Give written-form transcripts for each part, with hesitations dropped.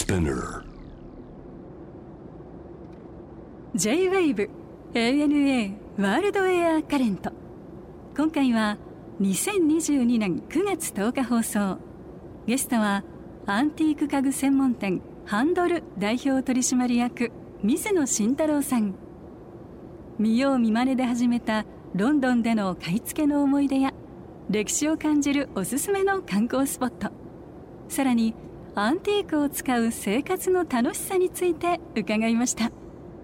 Spinner J-WAVE ANA ワールドエアカレント。今回は2022年9月10日放送。ゲストはアンティーク家具専門店ハンドル代表取締役水野慎太郎さん。見よう見まねで始めたロンドンでの買い付けの思い出や歴史を感じるおすすめの観光スポット、さらにアンティークを使う生活の楽しさについて伺いました。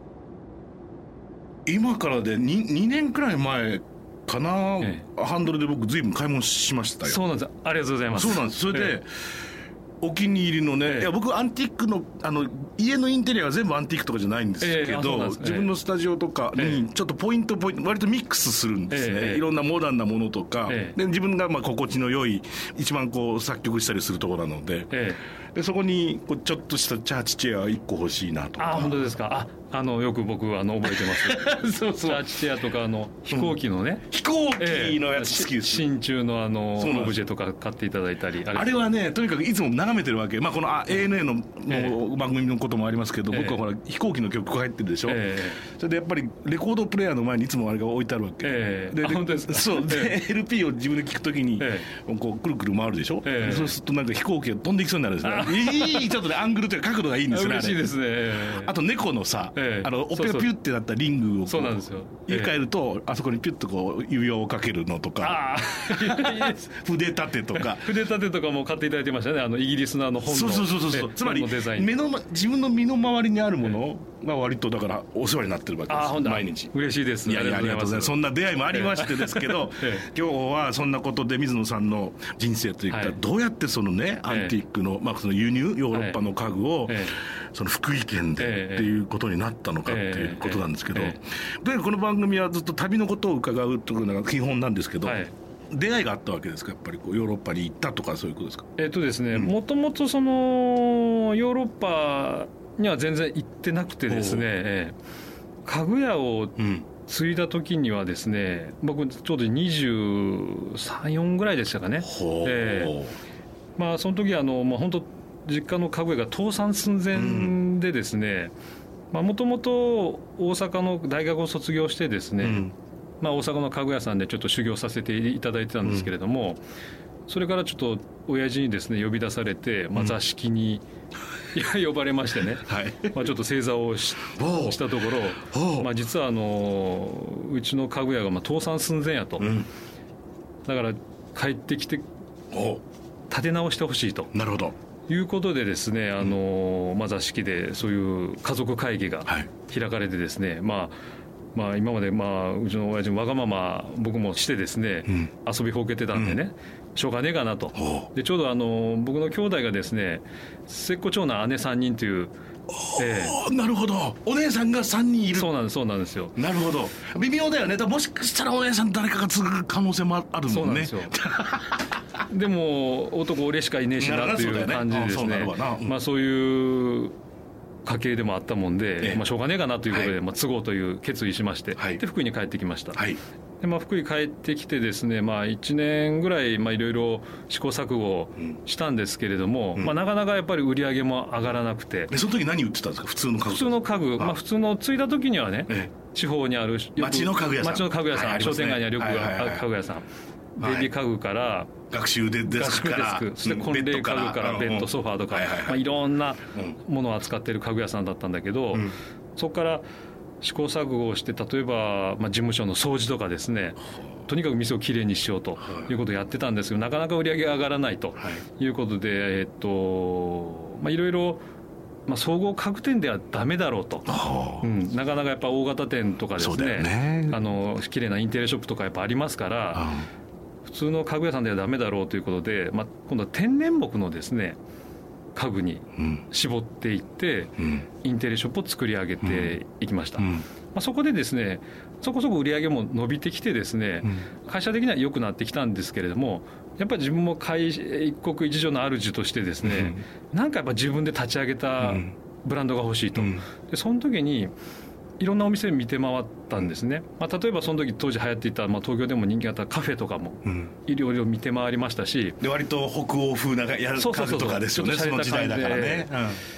今からで 2年くらい前かな、ハンドルで僕随分買い物しましたよ。 そうなんです。ありがとうございます。 そうなんです。それで、お気に入りのね、いや僕アンティークの家のインテリアは全部アンティークとかじゃないんですけど、自分のスタジオとかにちょっとポイント割とミックスするんですね。いろんなモダンなものとか、で自分が心地の良い一番作曲したりするところなので、でそこにちょっとしたチャーチチェア1個欲しいなとか。 本当ですか。よく僕覚えてますそうチャーチチェアとか飛行機のね、 飛行機のやつ好きです。 真鍮のオブジェとか買っていただいたり、あれはねとにかくいつも眺めてるわけ。このANA の番組のこともありますけど、僕はほら飛行機の曲入ってるでしょ、それでやっぱりレコードプレーヤーの前にいつもあれが置いてあるわけ、 で本当ですか。 そうで、LP を自分で聴くときにこうくるくる回るでしょ、そうするとなんか飛行機が飛んでいきそうになるんですね。ちょっとねアングルというか角度がいいんですよね。 嬉しいですね。 あと猫のさ、おぺがピュッてなったリングをそうなんですよ、 家帰るとあそこにピュッとこう指輪をかけるのとか、筆立てとか筆立てとかも買っていただいてましたね。イギリスの本のそうつまり自分の身の回りにあるものが割とだからお世話になってるわけです。毎日嬉しいです。 ありがとうございます。そんな出会いもありましてですけど、今日はそんなことで水野さんの人生というか、どうやってそのねアンティークのその輸入ヨーロッパの家具をその福井県でっていうことになったのかっていうことなんですけど、でこの番組はずっと旅のことを伺うというのが基本なんですけど、出会いがあったわけですか。やっぱりヨーロッパに行ったとかそういうことですか。 ですね、もともとそのヨーロッパには全然行ってなくてですね、家具屋を継いだ時にはですね、僕ちょうど23、4ぐらいでしたかね。その時は本当実家の家具屋が倒産寸前でですね、もともと大阪の大学を卒業してですね、大阪の家具屋さんでちょっと修行させていただいてたんですけれども、それからちょっと親父にですね呼び出されて、座敷に呼ばれましてね、ちょっと正座をしたところ、実はうちの家具屋が倒産寸前やと、だから帰ってきて立て直してほしいと。 なるほど。 いうことでですね、座敷でそういう家族会議が開かれてですね、今までうちの親父のわがまま僕もしてですね、遊びほうけてたんでね、しょうがねえかなと。でちょうど僕の兄弟がですね、末っ子長男姉3人という、 なるほど。お姉さんが3人いる。 そうなんですよ。 なるほど。微妙だよね。もしかしたらお姉さん誰かが継ぐ可能性もあるもんね。 そうなんですよ。でも男俺しかいねえしなっていう感じでですね、そういう家系でもあったもんで、しょうがねえかなということで、継ごうという決意しまして、で福井に帰ってきました。で福井帰ってきてですね、1年ぐらいいろいろ試行錯誤したんですけれども、なかなかやっぱり売り上げも上がらなくて。 その時何売ってたんですか。普通の家具。 普通の家具、普通の継いだ時にはね、地方にある町の家具屋さん、 商店街にあるよく家具屋さん、ベビー家具から学習デスクから、 そして婚礼家具からベッドソファーとか、いろんなものを扱っている家具屋さんだったんだけど、そこから試行錯誤をして、例えば、事務所の掃除とかですね、とにかく店をきれいにしようということをやってたんですけど、なかなか売り上げが上がらないということで、いろいろ、総合家具店ではダメだろうと、なかなかやっぱ大型店とかですね、きれいなインテリアショップとかやっぱありますから、普通の家具屋さんではダメだろうということで、今度は天然木のですね家具に絞っていって、インテリショップを作り上げていきました。そこでですね、そこそこ売り上げも伸びてきてですね、会社的には良くなってきたんですけれども、やっぱり自分も一国一城の主としてですね、なんかやっぱ自分で立ち上げたブランドが欲しいと。でその時にいろんなお店見て回ったんですね。例えばその時当時流行っていた、東京でも人気があったカフェとかもいろいろ見て回りましたし、 で割と北欧風なやる家具とかですよね、その時代だからね。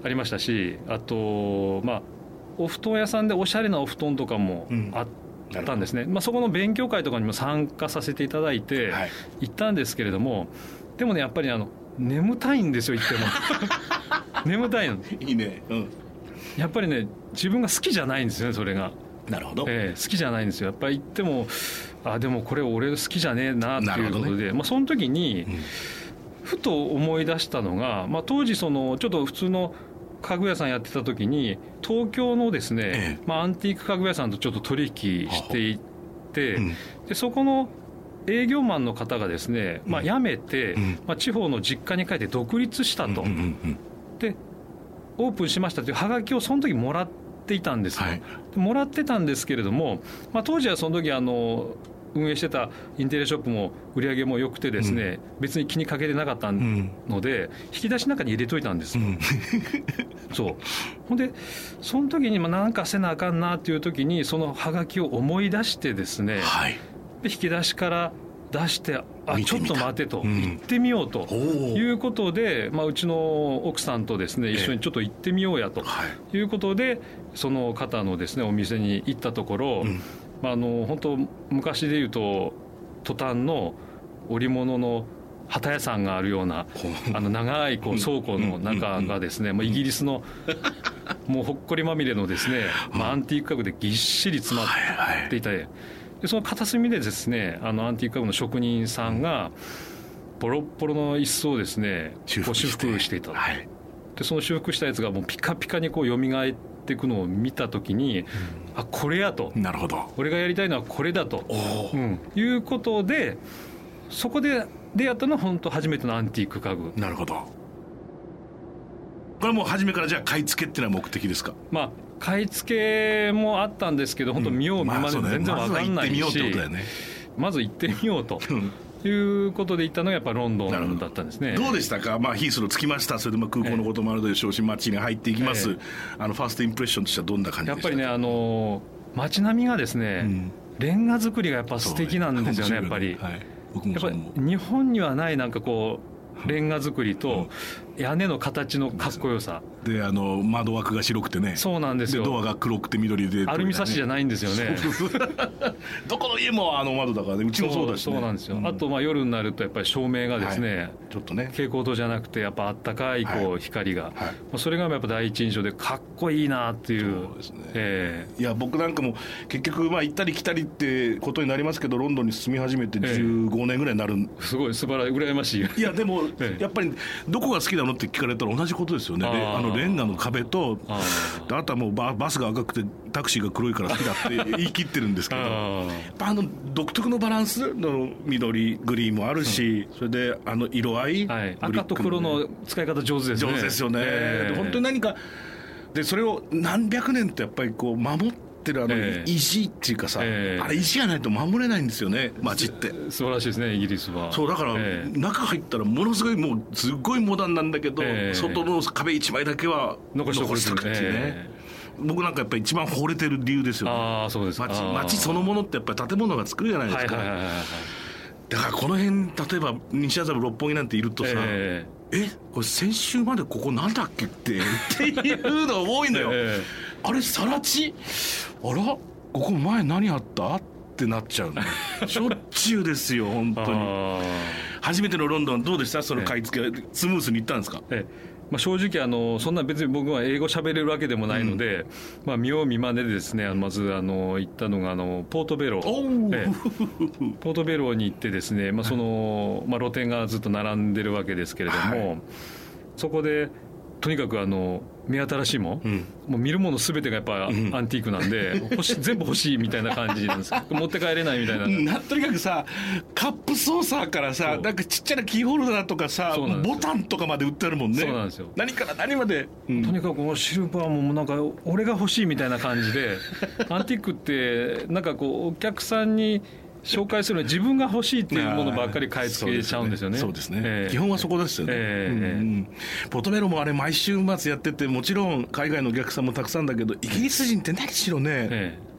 ありましたし、あとお布団屋さんでおしゃれなお布団とかもあったんですね、そこの勉強会とかにも参加させていただいて行ったんですけれども、でもねやっぱり眠たいんですよ、行っても眠たいのいいね、 やっぱりね自分が好きじゃないんですよね、それが。 なるほど、 好きじゃないんですよ。やっぱり行ってもでもこれ俺好きじゃねえなっていうことで、その時にふと思い出したのが、当時ちょっと普通の家具屋さんやってた時に東京のですね、アンティーク家具屋さんとちょっと取引していて、でそこの営業マンの方がですね、辞めて、地方の実家に帰って独立したと、でオープンしましたというハガキをその時もらっていたんですよ、もらってたんですけれども、当時はその時運営してたインテリアショップも売り上げも良くてですね、別に気にかけてなかったので、引き出しの中に入れといたんですよ、そうほんでその時に何かせなあかんなっていう時にそのハガキを思い出してですね、で引き出しから出してちょっと待てと、行ってみようということで、うちの奥さんとですね一緒にちょっと行ってみようやということで、その方のですねお店に行ったところ、本当昔でいうとトタンの織物の旗屋さんがあるような長い倉庫の中がですね、イギリスのもうほっこりまみれのですね、アンティーク家具でぎっしり詰まっていたで、その片隅でですねアンティーク家具の職人さんがボロッボロの椅子をですね修復していた、でその修復したやつがもうピカピカに蘇っていくのを見たときに、これやと、 なるほど、 俺がやりたいのはこれだと、いうことで、そこで出会ったのは本当初めてのアンティーク家具。 なるほど。これもう初めからじゃあ買い付けっていうのは目的ですか？ 買い付けもあったんですけど、本当見よう見まねで全然分かんないし、まず行ってみようということで行ったのがやっぱロンドンだったんですね。 どうでしたか？ヒースロー着きました。それで空港のこともあるでしょうし、街に入っていきます。ファーストインプレッションとしてはどんな感じでしたか？やっぱりね街並みがですね、レンガ作りがやっぱ素敵なんですよね。やっぱり日本にはないなんかレンガ作りと屋根の形のかっこよさで、窓枠が白くてね、 そうなんですよ、 でドアが黒くて緑で、 アルミサッシじゃないんですよねどこの家も窓だからね、うちもそうだしね。 そうなんですよ、あと夜になるとやっぱり照明がですね、 ちょっとね蛍光灯じゃなくてやっぱあったかい光が、それがやっぱ第一印象でかっこいいなっていう。そうですね、いや僕なんかも結局行ったり来たりってことになりますけど、ロンドンに住み始めて15年ぐらいになる、 すごい素晴らしい、羨ましい。 いやでもやっぱりどこが好きなのって聞かれたら同じことですよね。レンガの壁と、あとはもうバスが赤くてタクシーが黒いから好きだって言い切ってるんですけどやっぱ独特のバランスの緑グリーンもあるし、それで色合い、 赤と黒の使い方上手ですね。 上手ですよね、本当に何かでそれを何百年とやっぱり守ってる石っていうかさ、あれ石がないと守れないんですよね、街って。 素晴らしいですね、イギリスは。 そうだから、中入ったらものすごいもうすごいモダンなんだけど、外の壁一枚だけは残しておくっていうね、僕なんかやっぱり一番惚れてる理由ですよね。 そうです。 街そのものってやっぱり建物が作るじゃないですか。だからこの辺例えば西麻布六本木なんているとさ、これ先週までここなんだっけっていうの多いのよあれ更地、あらここ前何あったってなっちゃうねしょっちゅうですよ本当に。初めてのロンドンどうでした？その買い付けスムースにいったんですか？ 正直そんな別に僕は英語喋れるわけでもないので、見よう見まねでですね、まず行ったのがポートベロー、ポートベローに行ってですね、その露店がずっと並んでるわけですけれども、そこでとにかく目新しいもう見るもの全てがやっぱアンティークなんで、全部欲しいみたいな感じなんです持って帰れないみたいな、 とにかくさカップソーサーからさなんかちっちゃなキーホルダーとかさボタンとかまで売ってあるもんね。 そうなんですよ、 何から何まで、 とにかくこのシルバーもなんか俺が欲しいみたいな感じでアンティークってなんかお客さんに紹介するのは自分が欲しいっていうものばっかり買い付けちゃうんですよね。 そうですね、基本はそこですよね。ポートベロもあれ毎週末やってて、もちろん海外のお客さんもたくさんだけど、イギリス人って何しろね、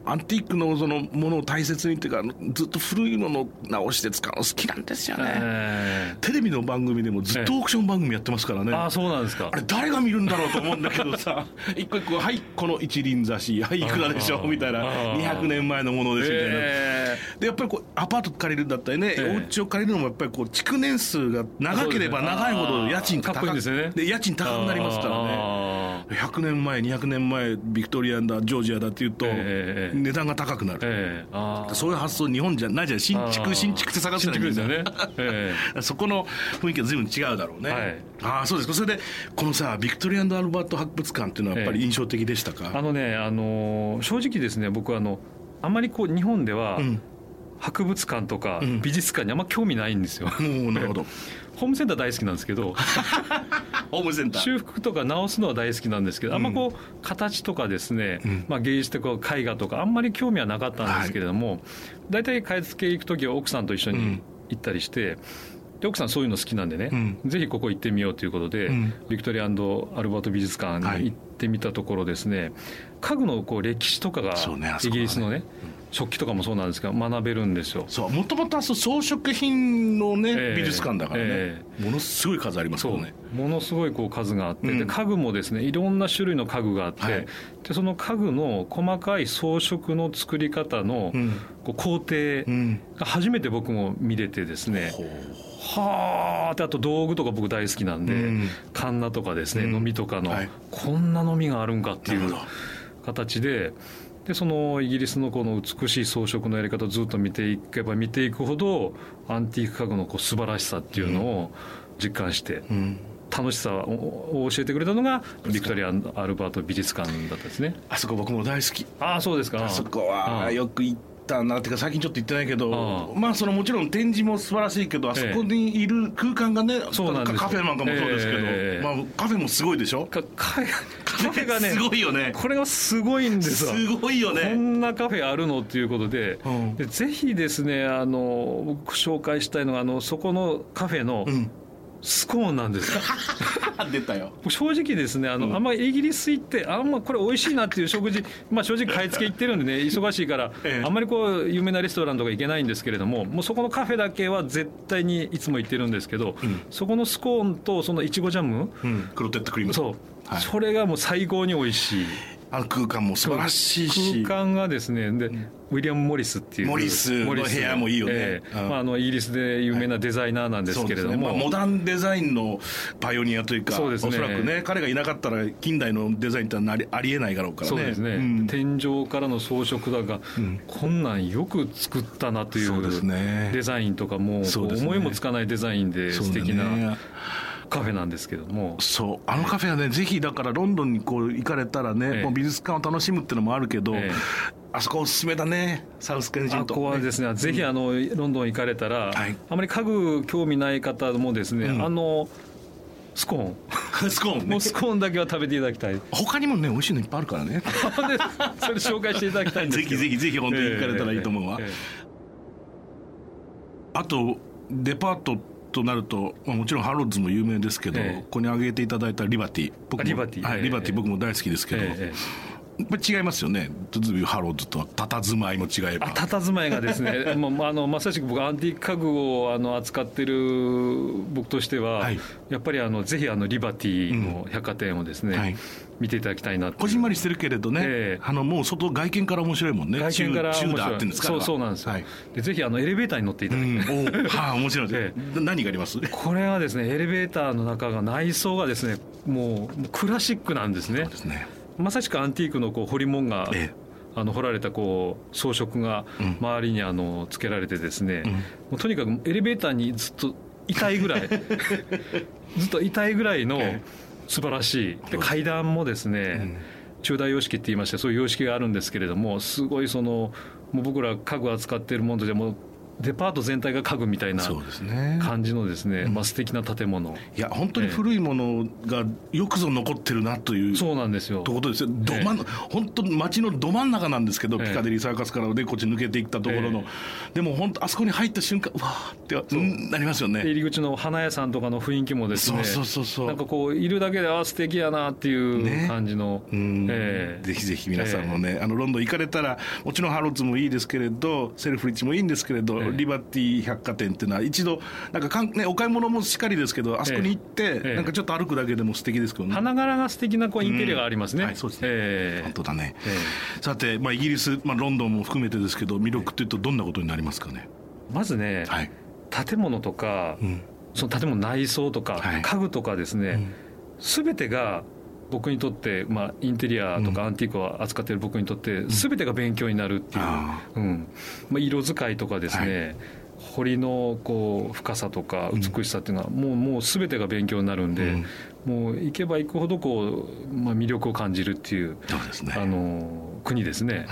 アンティークのそのものを大切にっていうかずっと古いものを直して使うの好きなんですよね、テレビの番組でもずっとオークション番組やってますからね、 あ、そうなんですか。 あれ誰が見るんだろうと思うんだけどさ一個一個、はいこの一輪挿し、はいいくらでしょうみたいな、200年前のものですみたいな、でやっぱりこうアパート借りるんだったりね、お家を借りるのもやっぱりこう築年数が長ければ長いほど家賃が高く、で家賃高くなりますからね。100年前200年前ビクトリアだジョージアだっていうと、値段が高くなる、そういう発想日本じゃないじゃん。新築って探してないんですよね、そこの雰囲気は随分違うだろうね、そうですか。それでこのさビクトリアアルバート博物館っていうのはやっぱり印象的でしたか？ 正直ですね、僕はあんまりこう日本では、博物館とか美術館にあんま興味ないんですよ、 なるほどホームセンター大好きなんですけどホームセンター修復とか直すのは大好きなんですけど、あんまこう形とかですね、芸術とか絵画とかあんまり興味はなかったんですけれども、大体買い付け行く時は奥さんと一緒に行ったりして、で奥さんそういうの好きなんでね、ぜひここ行ってみようということで、ビクトリア&アルバート美術館に行ってみたところですね、家具のこう歴史とかがイギリスのね、食器とかもそうなんですが学べるんですよ。 そう、もともとは装飾品のね、美術館だからね、ものすごい数ありますからね。 ものすごいこう数があって、で家具もですねいろんな種類の家具があって、でその家具の細かい装飾の作り方のこう工程が初めて僕も見れてですね、はあって、あと道具とか僕大好きなんで、カンナとかですね、飲みとかの、こんな飲みがあるんかっていう形で、そのイギリスのこの美しい装飾のやり方をずっと見ていけば見ていくほどアンティーク家具のこう素晴らしさっていうのを実感して、楽しさを教えてくれたのがビクトリア・アルバート美術館だったんですね。 あそこ僕も大好き。 ああ、そうですか。 あそこはよく行ったなっていうか、最近ちょっと行ってないけど、まあそのもちろん展示も素晴らしいけど、あそこにいる空間がね、 そうなんです。 カフェなんかもそうですけど、まあカフェもすごいでしょ。 カフェがねすごいよね。 これがすごいんですよ。 すごいよね。 こんなカフェあるのっていうことで、ぜひですね僕紹介したいのがそこのカフェのスコーンなんですよ出たよ。 正直ですねあんまりイギリス行ってあんまこれ美味しいなっていう食事、まあ正直買い付け行ってるんでね忙しいから、あんまりこう有名なレストランとか行けないんですけれども、もうそこのカフェだけは絶対にいつも行ってるんですけど、そこのスコーンとそのいちごジャム、 クロテッドクリーム、 そう、それがもう最高に美味しい。 空間も素晴らしいし、 空間がですね、でウィリアム・モリスっていうモリスの部屋もいいよね、 イギリスで有名なデザイナーなんですけれども、 モダンデザインのパイオニアというか、そうですね、おそらくね彼がいなかったら近代のデザインってありえないだろうからね。 そうですね、天井からの装飾だが、こんなんよく作ったなというデザインとかも思いもつかないデザインで素敵なカフェなんですけども、 そうカフェはねぜひだからロンドンにこう行かれたらね、もう美術館を楽しむっていうのもあるけど、あそこおすすめだね、サウスケンジントン。 あこはですね、ぜひロンドン行かれたら、あまり家具興味ない方もですね、スコーンスコーンね、 もうスコーンだけは食べていただきたい。 他にもね美味しいのいっぱいあるからねそれ紹介していただきたいんですけどぜひ本当に行かれたらいいと思うわ。あとデパートとなると、もちろんハロッズも有名ですけど、ここに挙げていただいたリバティ、リバティ僕も大好きですけど、やっぱり違いますよね、ハロッズとは。佇まいも違えば、 佇まいがですねまさしく僕アンティーク家具を扱ってる僕としては、やっぱりぜひリバティの百貨店をですね、見ていただきたいな。 こじんまりしてるけれどね、もう外見から面白いもんね。 外見から面白い。 チューダーっていうんですか。 そうなんですよ、でぜひエレベーターに乗っていただきたい。 面白いです、何があります？ これはですね、エレベーターの中が内装がですね、もうクラシックなんですね。 そうですね、 まさしくアンティークの彫り物が、彫られた装飾が周りにつけられてですね、もうとにかくエレベーターにずっといたいぐらいずっといたいぐらいの素晴らしい。で階段もですね、中大様式って言いまして、そういう様式があるんですけれども、すごいもう僕ら家具扱っているものでもデパート全体が家具みたいな感じのですね、素敵な建物。 いや本当に古いものがよくぞ残ってるなという、 そうなんですよ。 ということですよ。本当街のど真ん中なんですけど、ピカデリーサーカスからこっち抜けていったところの、でも本当あそこに入った瞬間、わーってなりますよね。 入り口の花屋さんとかの雰囲気もですね、なんかこういるだけで素敵やなっていう感じの、 ぜひぜひ皆さんもね、ロンドン行かれたら、もちろんハロッズもいいですけれど、セルフリッチもいいんですけれど、リバティ百貨店っていうのは一度なんかお買い物もしっかりですけど、あそこに行って、なんかちょっと歩くだけでも素敵ですけどね。 花柄が素敵なインテリアがありますね。 そうですね。本当だね。さて、イギリス、ロンドンも含めてですけど、魅力というとどんなことになりますかね。 まずね、建物とか、その建物内装とか、家具とかですね、全てが僕にとって、インテリアとかアンティークを扱っている僕にとって全てが勉強になるっていう、色使いとかですね、彫りのこう深さとか美しさっていうのはもう全てが勉強になるんで、もう行けば行くほどこう、魅力を感じるっていう、国ですね。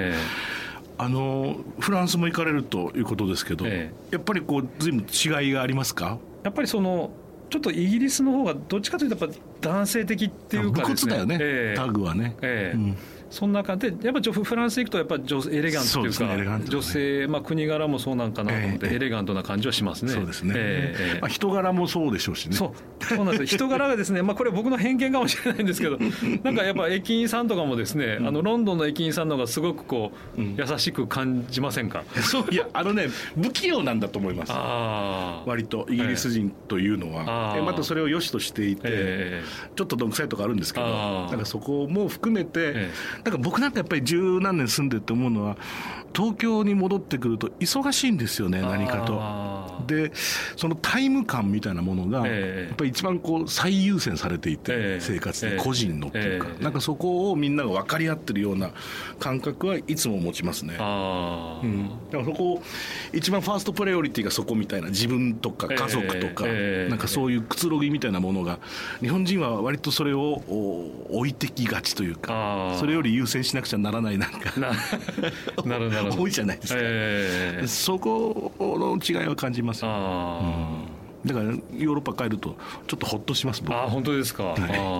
フランスも行かれるということですけど、やっぱりこう随分違いがありますか。 やっぱりちょっとイギリスの方がどっちかというとやっぱ男性的っていうかですね、 武骨だよね、タグはね、 そんな感じで、やっぱフランス行くとやっぱエレガントというか、女性、国柄もそうなんかなと思って、エレガントな感じはしますね。 そうですね。人柄もそうでしょうしね。 そうなんですよ。人柄がですね、これは僕の偏見かもしれないんですけど、なんかやっぱ駅員さんとかもですね、ロンドンの駅員さんの方がすごくこう、優しく感じませんか。 いや不器用なんだと思います。割とイギリス人というのは、またそれを良しとしていて、ちょっとどんくさいとかあるんですけど、なんかそこも含めて、なんか僕なんかやっぱり十何年住んでって思うのは、東京に戻ってくると忙しいんですよね、何かと。でそのタイム感みたいなものがやっぱり一番こう最優先されていて、生活で個人のっていうか、なんかそこをみんなが分かり合ってるような感覚はいつも持ちますね。だからそこ一番ファーストプライオリティがそこみたいな、自分とか家族とか、なんかそういうくつろぎみたいなものが、日本人は割とそれを置いてきがちというか、それより優先しなくちゃならないなんか多いじゃないですか。そこの違いは感じます。だからヨーロッパ帰るとちょっとほっとします。 本当ですか。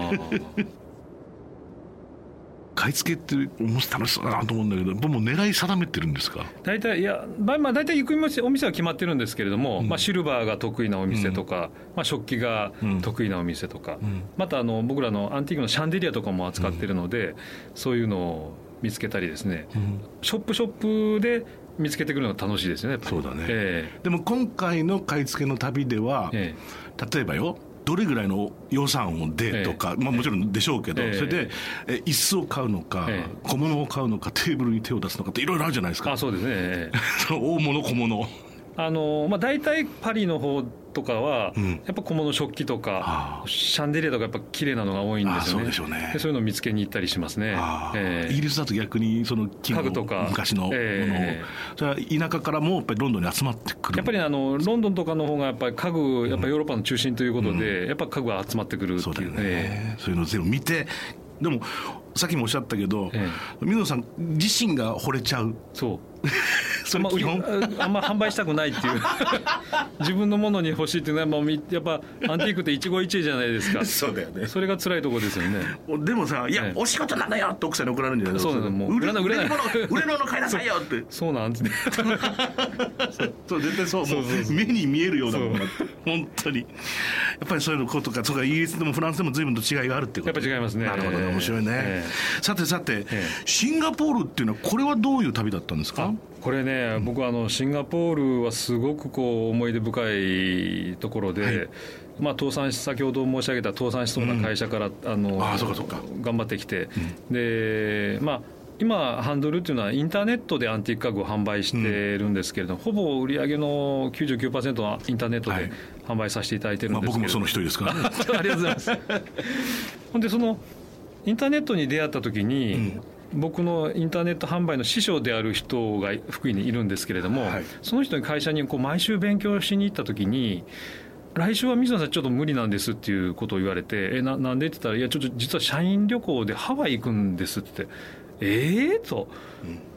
買い付けって面白楽しそうだなと思うんだけど、もう狙い定めてるんですか。 大体大体行くお店は決まってるんですけれども、シルバーが得意なお店とか、食器が得意なお店とか、また僕らのアンティークのシャンデリアとかも扱ってるので、そういうのを見つけたりですね、ショップで見つけてくるのが楽しいですよね。 そうだね。でも今回の買い付けの旅では、例えばどれぐらいの予算をでとか、もちろんでしょうけど、それで椅子を買うのか、小物を買うのか、テーブルに手を出すのかっていろいろあるじゃないですか。 そうですね。 大物小物、 大体パリの方とかは、やっぱ小物食器とかシャンデリアとかやっぱ綺麗なのが多いんですよね。 そうでしょうね。 そういうのを見つけに行ったりしますね。 イギリスだと逆にその家具とか昔のものを、それは田舎からもやっぱりロンドンに集まってくる。 やっぱりロンドンとかの方がやっぱり家具、やっぱりヨーロッパの中心ということで、やっぱ家具が集まってくるっていう。 そうだよね。そういうのを全部見て、でもさっきもおっしゃったけど、水野さん自身が惚れちゃう。それ基本あんま販売したくないっていう自分のものに欲しいっていうのはやっぱアンティークって一期一会じゃないですか。 そうだよね。 それが辛いところですよね。 でもさ、お仕事なんだよって奥さんに怒られるんじゃないですか。 そうなんです。もう売れない売れ物買いなさいよってそうなんですねそう絶対そう、目に見えるようなもの本当にやっぱりそういうのことか。そうか、イギリスでもフランスでも随分と違いがあるってこと。 やっぱ違いますね。 なるほどね、面白いね。さてシンガポールっていうのはこれはどういう旅だったんですか。 これね、僕はシンガポールはすごくこう思い出深いところで、倒産し、先ほど申し上げた倒産しそうな会社から、頑張ってきて、で今ハンドルっていうのはインターネットでアンティーク家具を販売してるんですけれども、ほぼ売り上げの 99% はインターネットで販売させていただいてるんですけど、 僕もその一人ですからねありがとうございますほんでそのインターネットに出会った時に、僕のインターネット販売の師匠である人が福井にいるんですけれども、その人に会社に毎週勉強しに行った時に、来週は水野さんちょっと無理なんですっていうことを言われて、なんでって言ったら、いやちょっと実は社員旅行でハワイ行くんですって言って、と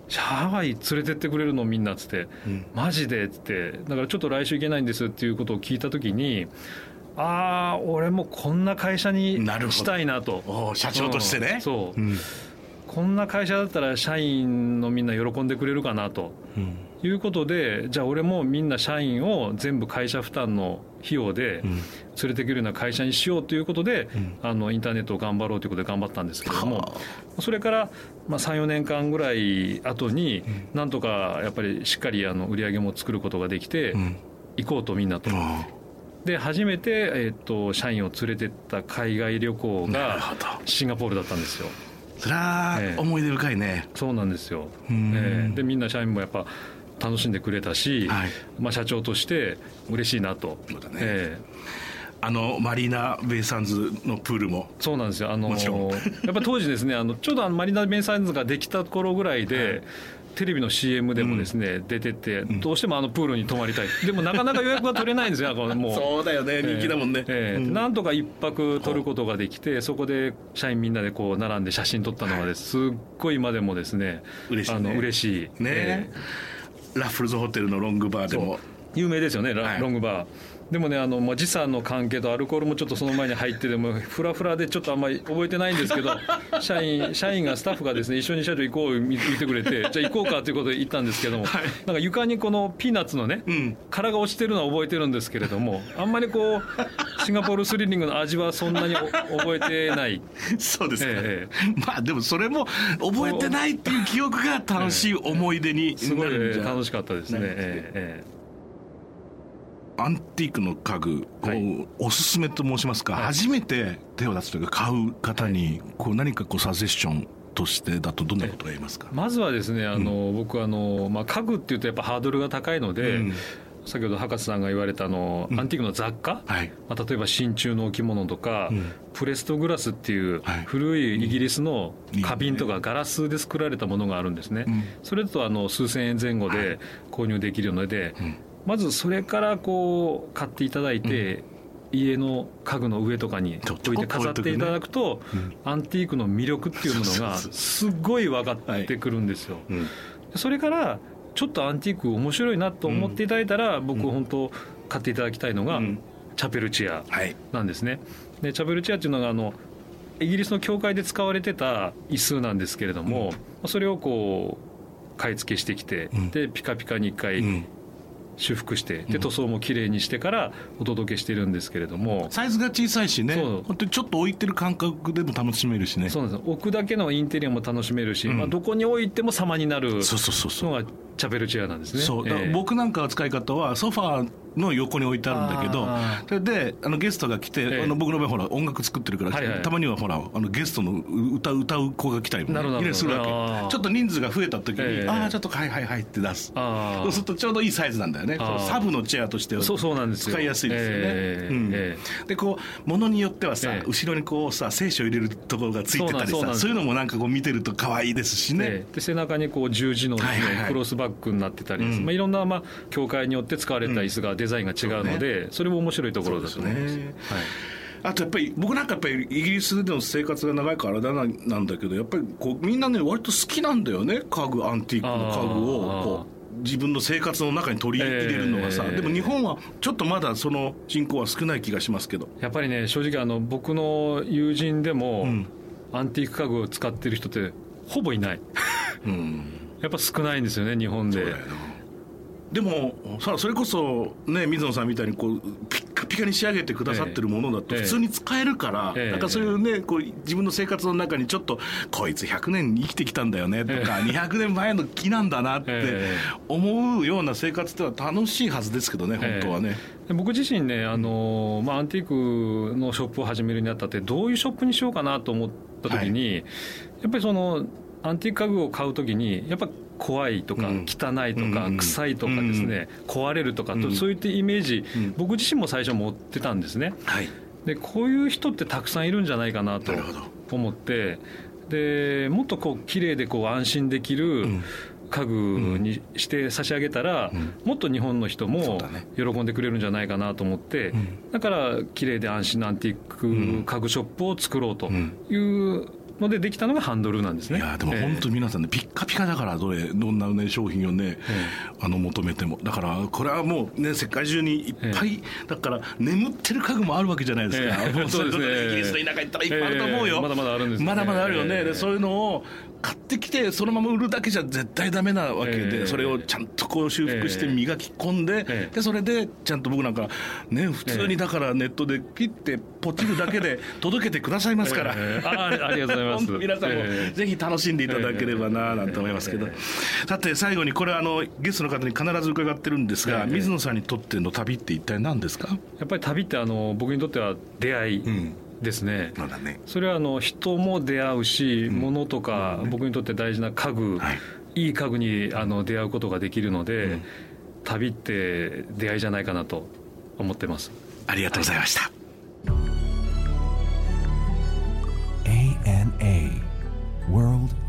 ハワイ連れてってくれるのみんなっつって、マジでっつって、だからちょっと来週行けないんですっていうことを聞いた時に、俺もこんな会社にしたいなと。 社長としてね、 そう、こんな会社だったら社員のみんな喜んでくれるかなと、いうことで、じゃあ俺もみんな社員を全部会社負担の費用で連れてくるような会社にしようということで、インターネットを頑張ろうということで頑張ったんですけれども、それから3、4年間ぐらい後になんとかやっぱりしっかり売り上げも作ることができて、行こうとみんなと。で初めて、社員を連れてった海外旅行がシンガポールだったんですよ。 それは思い出深いね。 そうなんですよ。でみんな社員もやっぱ楽しんでくれたし、社長として嬉しいなと。 そうだね。マリーナベイサンズのプールもそうなんですよ。 もちろんやっぱ当時ですね、ちょうどマリーナベイサンズができた頃ぐらいで、テレビの CM でもですね、出てて、どうしてもプールに泊まりたい。でもなかなか予約が取れないんですよ。もうそうだよね、人気だもんね。 なんとか一泊取ることができて、そこで社員みんなでこう並んで写真撮ったのがすっごい今でもですね、嬉しいね。 ラッフルズホテルのロングバーでも有名ですよね、ロングバー。でもね、時差の関係とアルコールもちょっとその前に入ってでもフラフラでちょっとあんまり覚えてないんですけど社員がスタッフがですね、一緒に社長行こう言ってくれて、じゃあ行こうかということで行ったんですけども、なんか床にこのピーナッツのね、殻が落ちてるのは覚えてるんですけれども、あんまりこうシンガポールスリリングの味はそんなに覚えてないそうですか、でもそれも覚えてないっていう記憶が楽しい思い出になるんじゃ、 すごい楽しかったですね。 アンティークの家具、おすすめと申しますか、初めて手を出すというか買う方に何かサジェッションとしてだとどんなことが言えますか。 まずはですね、僕家具っていうとやっぱハードルが高いので、先ほど博士さんが言われたアンティークの雑貨、例えば真鍮の置物とか、プレストグラスっていう古いイギリスの花瓶とかガラスで作られたものがあるんですね。それだと数千円前後で購入できるので、まずそれから買っていただいて、家の家具の上とかに置いて飾っていただくと、アンティークの魅力っていうものがすっごい分かってくるんですよ。それからちょっとアンティーク面白いなと思っていただいたら、僕本当買っていただきたいのがチャペルチェアなんですね。でチャペルチェアっていうのがイギリスの教会で使われてた椅子なんですけれども、それを買い付けしてきて、でピカピカに一回修復して、で塗装もきれいにしてからお届けしてるんですけれども、 サイズが小さいしね、本当にちょっと置いてる感覚でも楽しめるしね。 そうなんです。置くだけのインテリアも楽しめるし、どこに置いても様になるのがチャペルチェアなんですね。 僕なんかの使い方はソファーの横に置いてあるんだけど、それでゲストが来て、僕の場合音楽作ってるから、たまにはゲストの歌う子が来たりもするわけ。ちょっと人数が増えた時に、ちょっとはいって出す。そうするとちょうどいいサイズなんだよね。サブのチェアとしては使いやすいですよね。で物によってはさ、後ろに聖書入れるところがついてたりさ、そういうのもなんか見てると可愛いですしね。 で背中に十字のクロスバッグになってたり、いろんな教会によって使われた椅子がデザインが違うので、それも面白いところだと思います。 あとやっぱり僕なんかイギリスでの生活が長いからなんだけど、やっぱりみんなね割と好きなんだよね、家具、アンティークの家具を自分の生活の中に取り入れるのがさ、でも日本はちょっとまだその人口は少ない気がしますけど、 やっぱりね、正直僕の友人でも、アンティーク家具を使ってる人ってほぼいないやっぱ少ないんですよね、日本で。 でもさ、それこそね、水野さんみたいにピッカピカに仕上げてくださってるものだと普通に使えるから、なんかそういうね、自分の生活の中にちょっとこいつ100年生きてきたんだよねとか、200年前の木なんだなって思うような生活ってのは楽しいはずですけどね、本当はね。 僕自身ね、アンティークのショップを始めるにあたって、どういうショップにしようかなと思った時に、やっぱりアンティーク家具を買う時にやっぱ怖いとか汚いとか臭いとかですね、壊れるとかと、そういったイメージ、僕自身も最初持ってたんですね。でこういう人ってたくさんいるんじゃないかなと思って、でもっと綺麗で安心できる家具にして差し上げたら、もっと日本の人も喜んでくれるんじゃないかなと思って、だから綺麗で安心なアンティーク家具ショップを作ろうというのでできたのがハンドルなんですね。 いやでも本当に皆さんね、ピッカピカだからどんなね商品をね、求めても、だからこれはもうね世界中にいっぱい、だから眠ってる家具もあるわけじゃないですか。そうですね、イギリスの田舎行ったらいっぱいあると思うよ。 まだまだあるんですね。 まだまだあるよね。でそういうのを買ってきてそのまま売るだけじゃ絶対ダメなわけで、それをちゃんとこう修復して磨き込んで、でそれでちゃんと僕なんかね普通にだからネットでピッてポチるだけで届けてくださいますから、 ありがとうございます。 皆さんもぜひ楽しんでいただければななんて思いますけど、さて最後にこれゲストの方に必ず伺ってるんですが、水野さんにとっての旅って一体何ですか？ やっぱり旅って僕にとっては出会いですね。それは人も出会うし、物とか僕にとって大事な家具、いい家具に出会うことができるので、旅って出会いじゃないかなと思ってます。 ありがとうございました。 ANA World